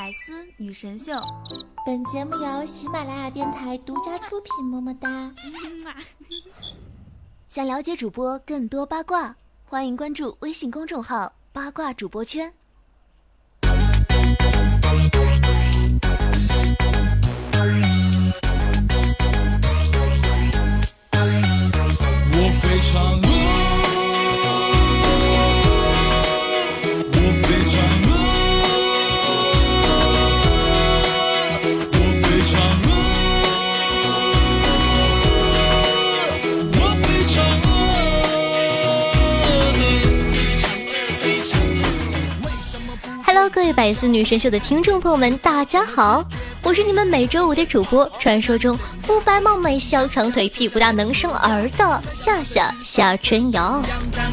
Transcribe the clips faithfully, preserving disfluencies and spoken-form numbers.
百思女神秀， 本节目由喜马拉雅电台独家出品，么么哒。 想了解主播更多八卦，欢迎关注微信公众号八卦主播圈。 我非常饿，我非常饿，我非常饿，我非常饿。Hello， 各位百思女神秀的听众朋友们，大家好，我是你们每周五的主播，传说中肤白貌美、小长腿、屁股大、能生儿的夏夏夏春瑶。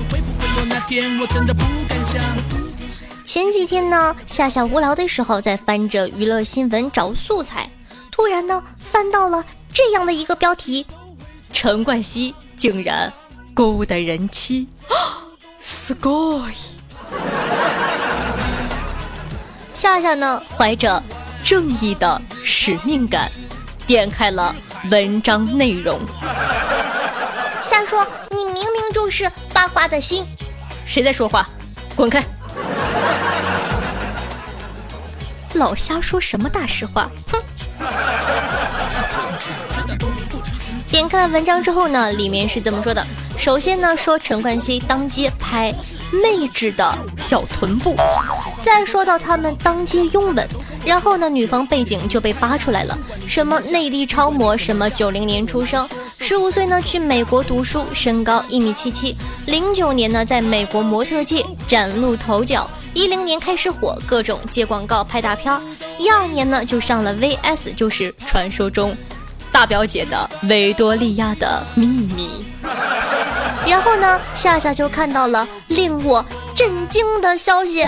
前几天呢，夏夏无聊的时候在翻着娱乐新闻找素材，突然呢翻到了这样的一个标题：陈冠希竟然勾搭人妻，すごい。夏夏呢怀着正义的使命感点开了文章内容。夏说，你明明就是八卦的心。谁在说话？滚开。老瞎说什么大实话，哼。点开了文章之后呢，里面是这么说的。首先呢，说陈冠希当街拍妹纸的小臀部，再说到他们当街拥吻，然后呢，女方背景就被扒出来了，什么内地超模，什么九零年出生，十五岁呢去美国读书，身高一米七七，零九年呢在美国模特界崭露头角，一零年开始火，各种接广告拍大片，一二年呢就上了 V S， 就是传说中大表姐的维多利亚的秘密。然后呢，夏夏就看到了令我震惊的消息：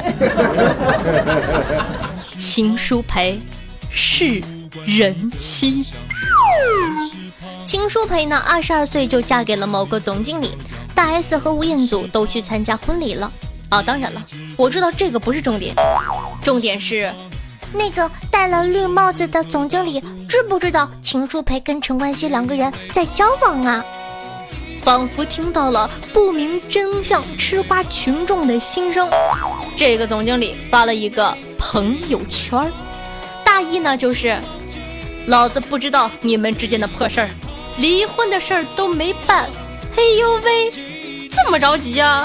秦舒培是人妻。秦舒培呢，二十二岁就嫁给了某个总经理，大 S 和吴彦祖都去参加婚礼了。啊，当然了，我知道这个不是重点，重点是那个戴了绿帽子的总经理知不知道秦舒培跟陈冠希两个人在交往啊？仿佛听到了不明真相吃瓜群众的心声，这个总经理发了一个朋友圈，大意呢就是老子不知道你们之间的破事儿，离婚的事儿都没办，嘿呦喂，这么着急啊？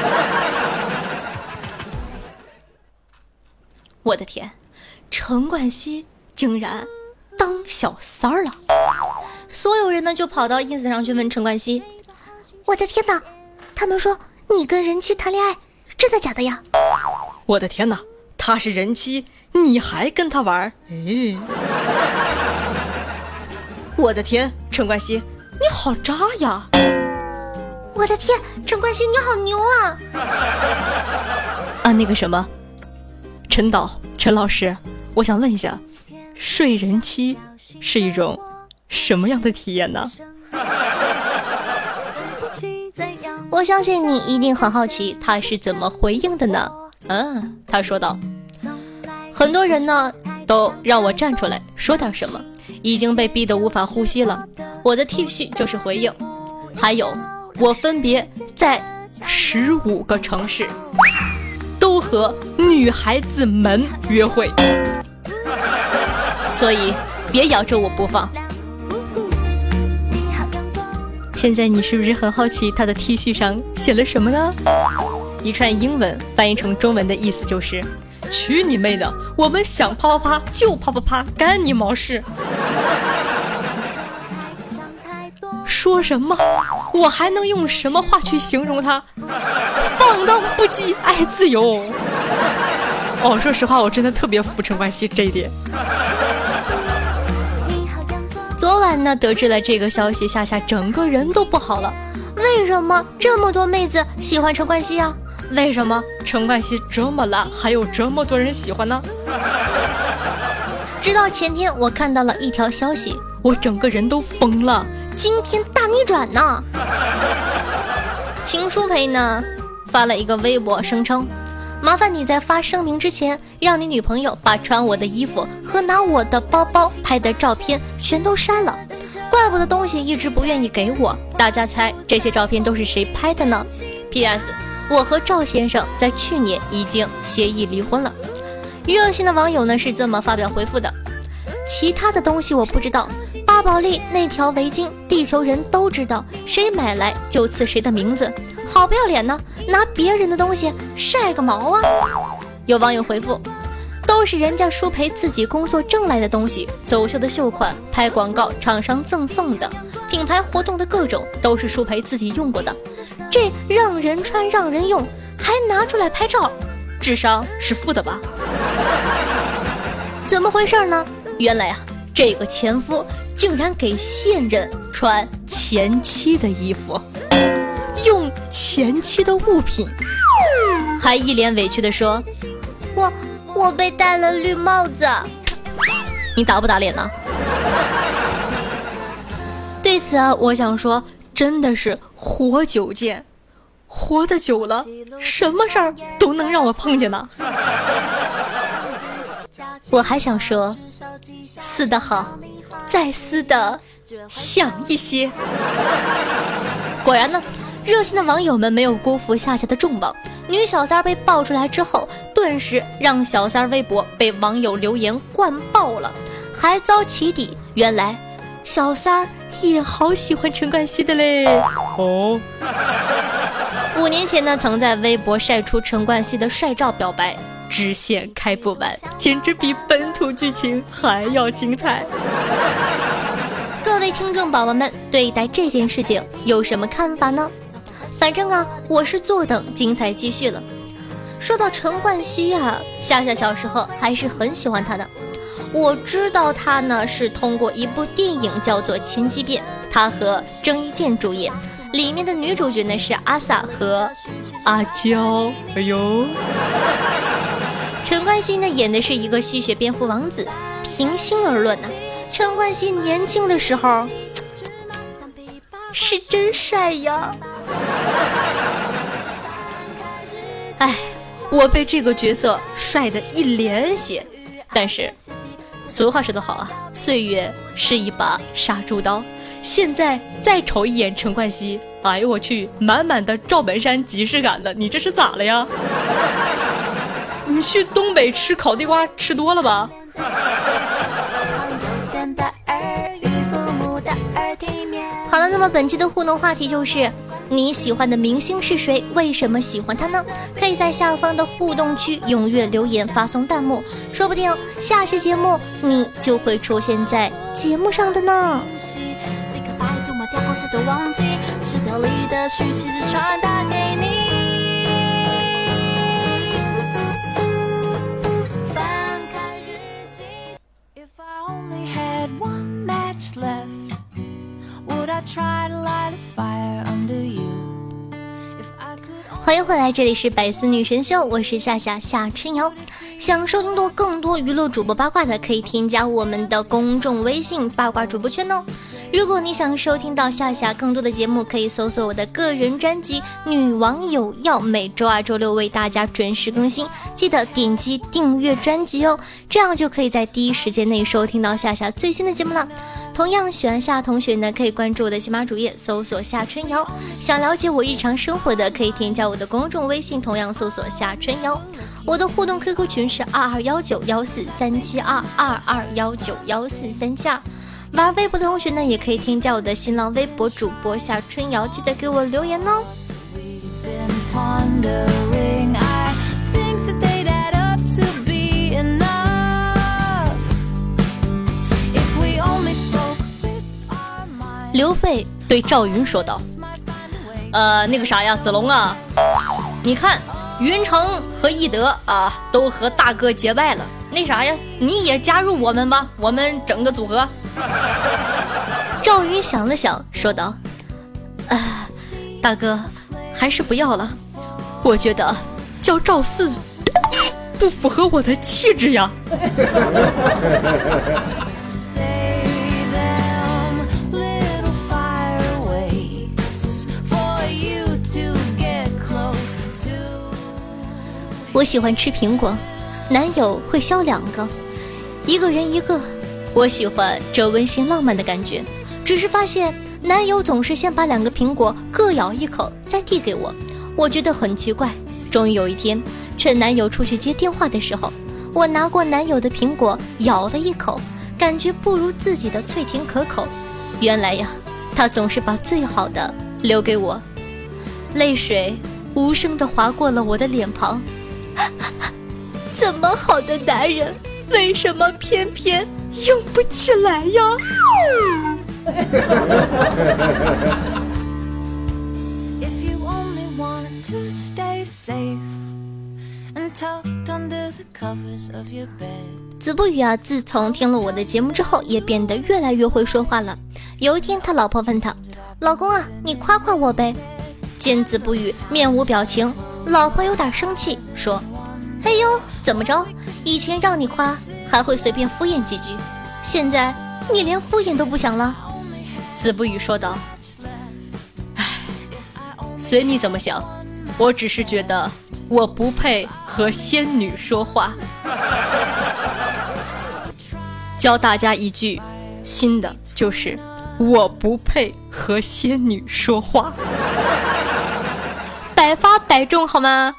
我的天，陈冠希竟然当小三儿了！所有人呢就跑到 ins 上去问陈冠希，我的天哪，他们说你跟人妻谈恋爱，真的假的呀？ 我的天哪，他是人妻，你还跟他玩？哎，我的天，陈冠希你好渣呀！ 我的天，陈冠希你好牛啊！ 啊，那个什么，陈导，陈老师，我想问一下，睡人妻是一种什么样的体验呢？ 我相信你一定很好奇他是怎么回应的呢？嗯，他说道，很多人呢都让我站出来说点什么，已经被逼得无法呼吸了，我的 T 恤就是回应，还有我分别在十五个城市都和女孩子们约会，所以别咬着我不放。现在你是不是很好奇他的 T 恤上写了什么呢？一串英文翻译成中文的意思就是去你妹的，我们想啪啪啪就啪啪啪，干你毛事。说什么？我还能用什么话去形容他？放荡不羁，爱自由。 哦，说实话，我真的特别服陈冠希这一点。 昨晚呢，得知了这个消息，夏夏整个人都不好了。为什么这么多妹子喜欢陈冠希啊？为什么陈冠希这么烂，还有这么多人喜欢呢？ 直到前天，我看到了一条消息，我整个人都疯了，惊天大逆转呢！秦舒培呢发了一个微博，声称麻烦你在发声明之前，让你女朋友把穿我的衣服和拿我的包包拍的照片全都删了。怪不得东西一直不愿意给我，大家猜这些照片都是谁拍的呢？ P S 我和赵先生在去年已经协议离婚了。热心的网友呢是这么发表回复的：其他的东西我不知道，巴宝莉那条围巾地球人都知道，谁买来就刺谁的名字，好不要脸呢，拿别人的东西晒个毛啊。有网友回复：都是人家舒培自己工作挣来的东西，走秀的秀款，拍广告厂商赠送的，品牌活动的各种都是舒培自己用过的，这让人穿让人用还拿出来拍照，智商是负的吧？怎么回事呢？原来啊，这个前夫竟然给现任穿前妻的衣服，用前妻的物品，还一脸委屈地说：我我被戴了绿帽子。你打不打脸呢？对此啊，我想说，真的是活久见，活得久了，什么事儿都能让我碰见呢。我还想说，撕得好，再撕的响一些。果然呢，热心的网友们没有辜负夏夏的重磅，女小三被爆出来之后，顿时让小三微博被网友留言灌爆了，还遭起底。原来小三也好喜欢陈冠希的嘞。哦，五年前呢，曾在微博晒出陈冠希的帅照表白，支线开不完，简直比本土剧情还要精彩。各位听众宝宝们，对待这件事情有什么看法呢？反正啊，我是坐等精彩继续了。说到陈冠希啊，夏夏小时候还是很喜欢他的。我知道他呢是通过一部电影叫做《千机变》，他和郑伊健主演，里面的女主角呢是阿 sa 和阿娇。哎呦，陈冠希呢演的是一个吸血蝙蝠王子。平心而论呢、啊，陈冠希年轻的时候是真帅呀。哎，我被这个角色帅得一脸血。但是俗话说得好啊，岁月是一把杀猪刀。现在再瞅一眼陈冠希，哎呦我去，满满的赵本山即视感的，你这是咋了呀？你去东北吃烤地瓜吃多了吧？好了，那么本期的互动话题就是你喜欢的明星是谁？为什么喜欢他呢？可以在下方的互动区踊跃留言发送弹幕，说不定下期节目你就会出现在节目上的呢。欢迎回来，这里是百思女神秀，我是夏夏夏春瑶。想收听多更多娱乐主播八卦的，可以添加我们的公众微信八卦主播圈哦。如果你想收听到夏夏更多的节目，可以搜索我的个人专辑《女王有药》，每周二周六为大家准时更新，记得点击订阅专辑哦，这样就可以在第一时间内收听到夏夏最新的节目了。同样喜欢夏同学呢，可以关注我的喜马主页，搜索夏春瑶。想了解我日常生活的，可以添加我的公众微信，同样搜索夏春瑶。我的互动 Q Q 群是二二幺九幺四三七二二二幺九幺四三七二。玩微博的同学呢，也可以添加我的新浪微博主播夏春瑶，记得给我留言哦。刘备对赵云说道：呃，那个啥呀，子龙啊，你看云城和翼德啊都和大哥结拜了，那啥呀，你也加入我们吧，我们整个组合。赵云想了想说道：呃，大哥还是不要了，我觉得叫赵四不符合我的气质呀。我我喜欢吃苹果，男友会削两个，一个人一个。我喜欢这温馨浪漫的感觉，只是发现男友总是先把两个苹果各咬一口再递给我，我觉得很奇怪。终于有一天，趁男友出去接电话的时候，我拿过男友的苹果咬了一口，感觉不如自己的脆甜可口。原来呀，他总是把最好的留给我。泪水无声地划过了我的脸庞。这么好的男人，为什么偏偏用不起来呀 ？If you only wanted to stay safe and tucked under the covers of your bed。 子不语啊，自从听了我的节目之后，也变得越来越会说话了。有一天，他老婆问他：“老公啊，你夸夸我呗。”见子不语面无表情，老婆有点生气，说：“哎呦，怎么着？以前让你夸，还会随便敷衍几句，现在你连敷衍都不想了。”子不语说道：“唉，随你怎么想，我只是觉得我不配和仙女说话。”教大家一句新的，就是我不配和仙女说话，百发百中好吗？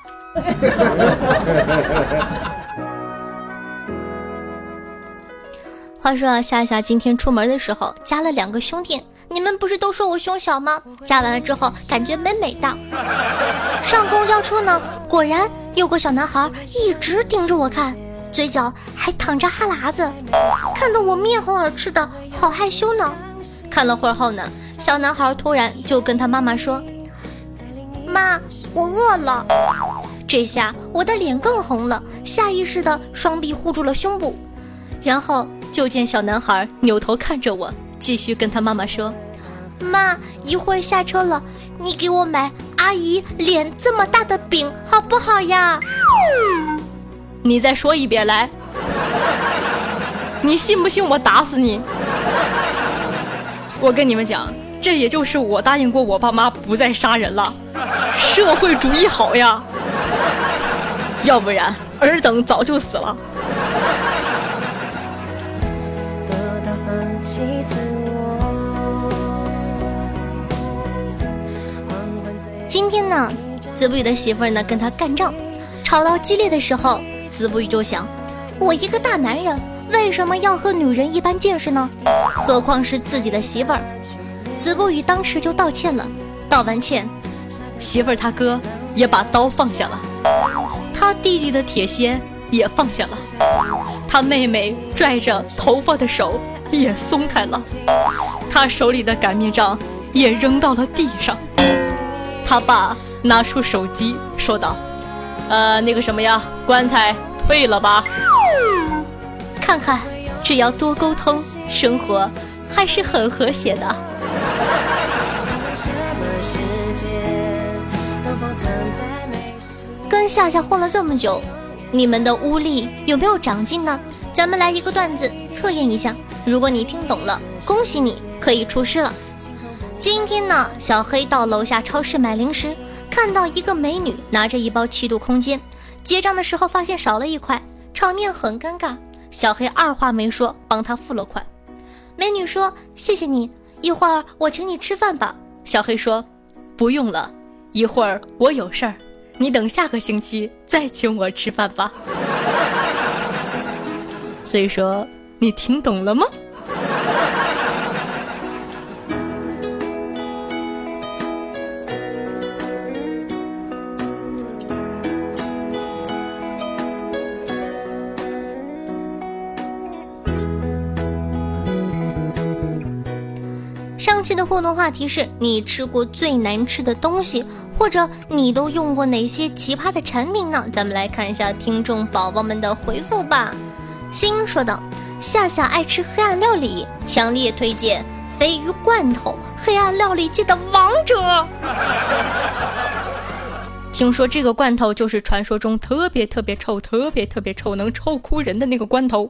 话说啊，夏夏今天出门的时候加了两个胸垫，你们不是都说我胸小吗？加完了之后感觉美美的。上公交车呢，果然有个小男孩一直盯着我看，嘴角还淌着哈喇子，看得我面红耳赤的，好害羞呢。看了会儿后呢，小男孩突然就跟他妈妈说：“妈，我饿了。”这下我的脸更红了，下意识的双臂护住了胸部，然后就见小男孩扭头看着我，继续跟他妈妈说：“妈，一会儿下车了，你给我买阿姨脸这么大的饼好不好呀？”你再说一遍来，你信不信我打死你？我跟你们讲，这也就是我答应过我爸妈不再杀人了。社会主义好呀，要不然尔等早就死了。今天呢，子不语的媳妇儿呢跟他干仗，吵到激烈的时候，子不语就想，我一个大男人为什么要和女人一般见识呢？何况是自己的媳妇儿。子不语当时就道歉了，道完歉，媳妇儿他哥也把刀放下了，他弟弟的铁锨也放下了，他妹妹拽着头发的手也松开了，他手里的擀面杖也扔到了地上。他爸拿出手机说道：“呃，那个什么呀，棺材退了吧？”看看，只要多沟通，生活还是很和谐的。跟夏夏混了这么久，你们的巫力有没有长进呢？咱们来一个段子测验一下，如果你听懂了，恭喜你可以出师了。今天呢，小黑到楼下超市买零食，看到一个美女拿着一包七度空间，结账的时候发现少了一块，场面很尴尬。小黑二话没说，帮她付了款。美女说：“谢谢你，一会儿我请你吃饭吧。”小黑说：“不用了，一会儿我有事儿，你等下个星期再请我吃饭吧。”所以说，你听懂了吗？上期的互动话题是你吃过最难吃的东西，或者你都用过哪些奇葩的产品呢？咱们来看一下听众宝宝们的回复吧。星说道：夏夏爱吃黑暗料理，强烈推荐鲱鱼罐头，黑暗料理界的王者。听说这个罐头就是传说中特别特别臭特别特别臭能臭哭人的那个罐头。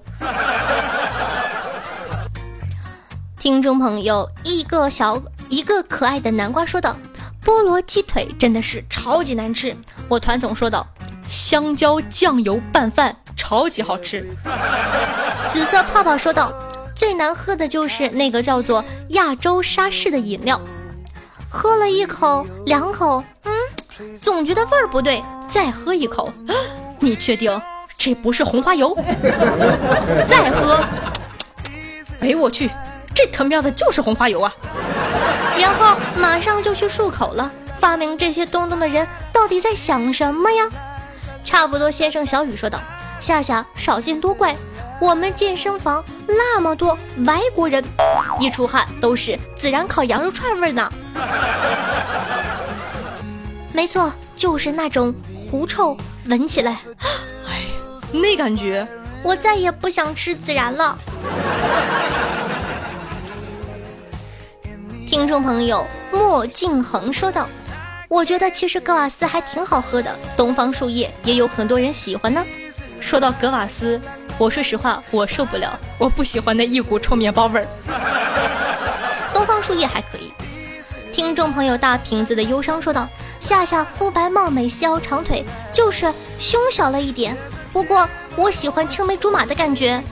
听众朋友一个小一个可爱的南瓜说道：菠萝鸡腿真的是超级难吃。我团总说道： 香蕉酱油拌饭超级好吃。 紫色泡泡说道，最难喝的就是那个叫做亚洲沙士的饮料，喝了一口两口，嗯，总觉得味儿不对， 再喝一口，你确定这不是红花油？ 再喝， 哎我去，这他喵的就是红花油啊！ 然后马上就去漱口了。发明这些东东的人到底在想什么呀？差不多先生小雨说道，夏夏少见多怪，我们健身房那么多外国人，一出汗都是孜然烤羊肉串味呢。没错，就是那种狐臭，闻起来， 哎，那感觉， 我再也不想吃孜然了。听众朋友莫敬恒说道，我觉得其实格瓦斯还挺好喝的，东方树叶也有很多人喜欢呢。 说到格瓦斯，我说实话，我受不了，我不喜欢那一股臭面包味儿。 东方树叶还可以。听众朋友大瓶子的忧伤说道，夏夏肤白貌美细腰长腿，就是胸小了一点，不过我喜欢青梅竹马的感觉。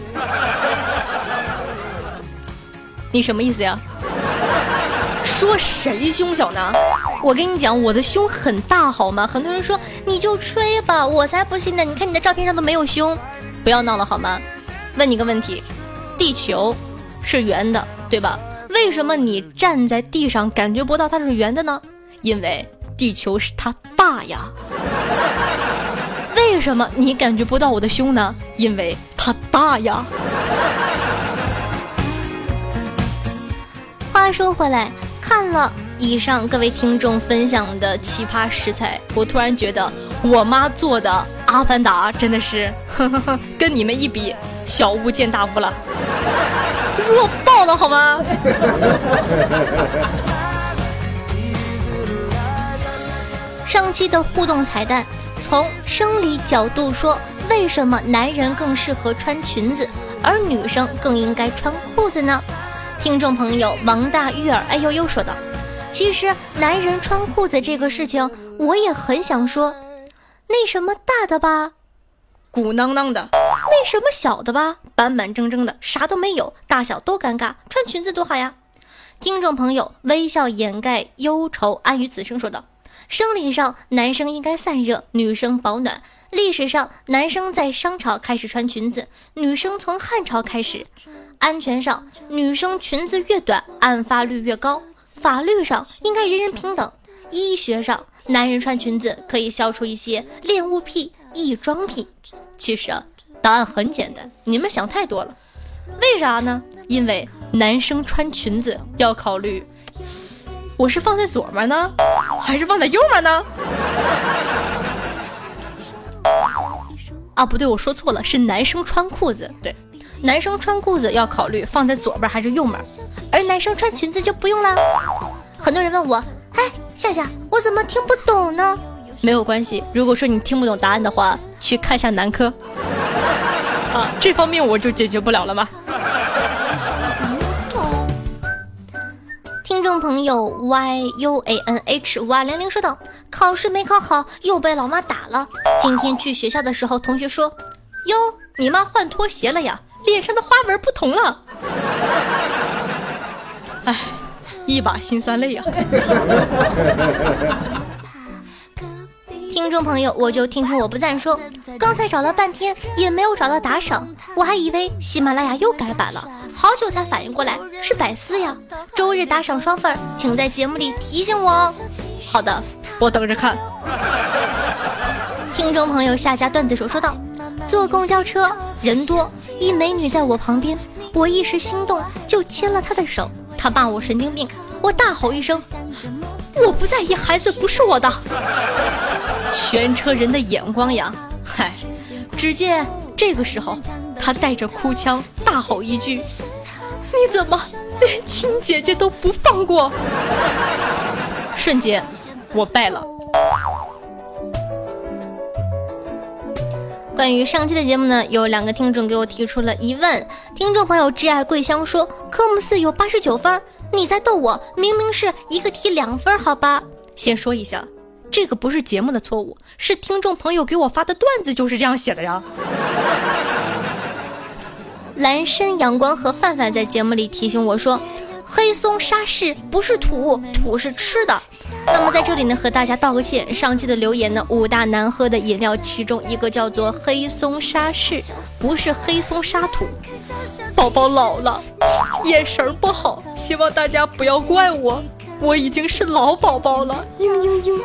你什么意思呀？说谁胸小呢？我跟你讲，我的胸很大好吗？很多人说你就吹吧，我才不信呢，你看你的照片上都没有胸。 不要闹了好吗？问你个问题，地球是圆的对吧？为什么你站在地上感觉不到它是圆的呢？因为地球是它大呀。为什么你感觉不到我的胸呢？因为它大呀。 话说回来，看了以上各位听众分享的奇葩食材， 我突然觉得我妈做的阿凡达真的是呵呵呵跟你们一比，小巫见大巫了，弱爆了好吗？ 上期的互动彩蛋，从生理角度说，为什么男人更适合穿裙子，而女生更应该穿裤子呢？听众朋友王大玉儿哎呦呦说道，其实男人穿裤子这个事情我也很想说，那什么大的吧鼓囊囊的， 那什么小的吧板板正正的，啥都没有，大小都尴尬，穿裙子多好呀。听众朋友微笑掩盖忧愁安于此生说道，生理上男生应该散热，女生保暖，历史上男生在商朝开始穿裙子，女生从汉朝开始，安全上女生裙子越短案发率越高，法律上应该人人平等，医学上男人穿裙子可以消除一些恋物癖异装癖。 其实啊，答案很简单，你们想太多了。为啥呢？因为男生穿裙子要考虑，我是放在左面呢，还是放在右面呢？啊，不对，我说错了，是男生穿裤子。对，男生穿裤子要考虑放在左边还是右面， 而男生穿裙子就不用啦。很多人问我，哎，夏夏，我怎么听不懂呢？ 没有关系，如果说你听不懂答案的话，去看一下男科。啊，这方面我就解决不了了吗？ 听众朋友 Y U A N H 五二零零说道，考试没考好又被老妈打了，今天去学校的时候，同学说， 哟，你妈换拖鞋了呀，脸上的花纹不同了。唉，一把辛酸泪呀。 听众朋友，我就听听我不赞说，刚才找了半天也没有找到打赏，我还以为喜马拉雅又改版了，好久才反应过来是百思呀。周日打赏双份，请在节目里提醒我哦。 好的，我等着看。 听众朋友夏家段子手说道，坐公交车人多，一美女在我旁边，我一时心动就牵了她的手，她骂我神经病，我大吼一声，我不在意，孩子不是我的。 全车人的眼光呀，嗨！只见这个时候，他带着哭腔大吼一句：“你怎么连亲姐姐都不放过？”瞬间，我败了。 关于上期的节目呢，有两个听众给我提出了疑问。听众朋友挚爱桂香说，科目四有八十九分，你在逗我，明明是一个题两分，好吧？ 先说一下， 这个不是节目的错误，是听众朋友给我发的段子就是这样写的呀。 蓝山阳光和范范在节目里提醒我说，黑松沙士不是土，土是吃的。那么在这里呢，和大家道个歉，上期的留言呢，五大难喝的饮料其中一个叫做黑松沙士，不是黑松沙土。 宝宝老了，眼神不好，希望大家不要怪我，我已经是老宝宝了。嘤嘤嘤。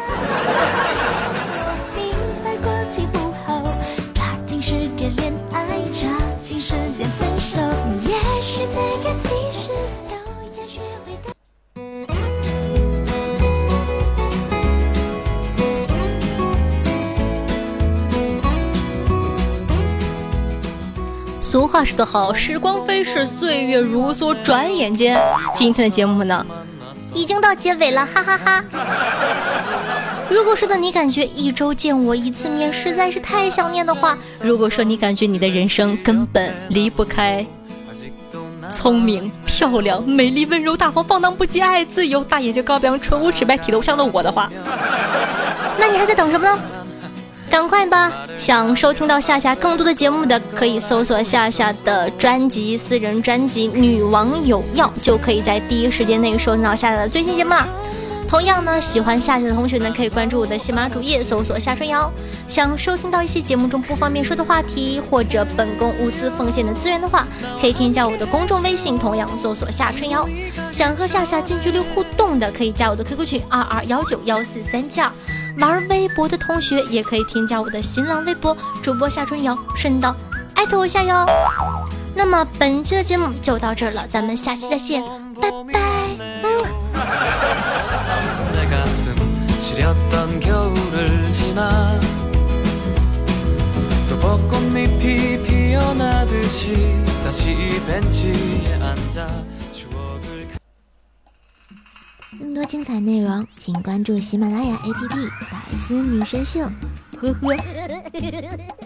俗话说得好，时光飞逝，岁月如梭，转眼间，今天的节目呢，已经到结尾了，哈哈哈哈。如果说的你感觉一周见我一次面实在是太想念的话，如果说你感觉你的人生根本离不开聪明、漂亮、美丽、温柔、大方、放荡不羁、爱自由、大眼睛、高标、唇无齿白、体头像的我的话，那你还在等什么呢？赶快吧！想收听到夏夏更多的节目的，可以搜索夏夏的专辑私人专辑《女王有药》，就可以在第一时间内收听到夏夏的最新节目啦。同样呢，喜欢夏夏的同学呢，可以关注我的喜马主页，搜索夏春瑶。想收听到一些节目中不方便说的话题，或者本宫无私奉献的资源的话，可以添加我的公众微信，同样搜索夏春瑶。想和夏夏近距离互动的，可以加我的 Q Q 群二二幺九幺四三七二。玩微博的同学也可以添加我的新浪微博主播夏春瑶，顺道艾特我一下哟。那么本期的節目就到这儿了，咱们下期再见，拜拜。嗯。 更多精彩内容，请关注喜马拉雅 A P P《百思女神秀》。呵呵。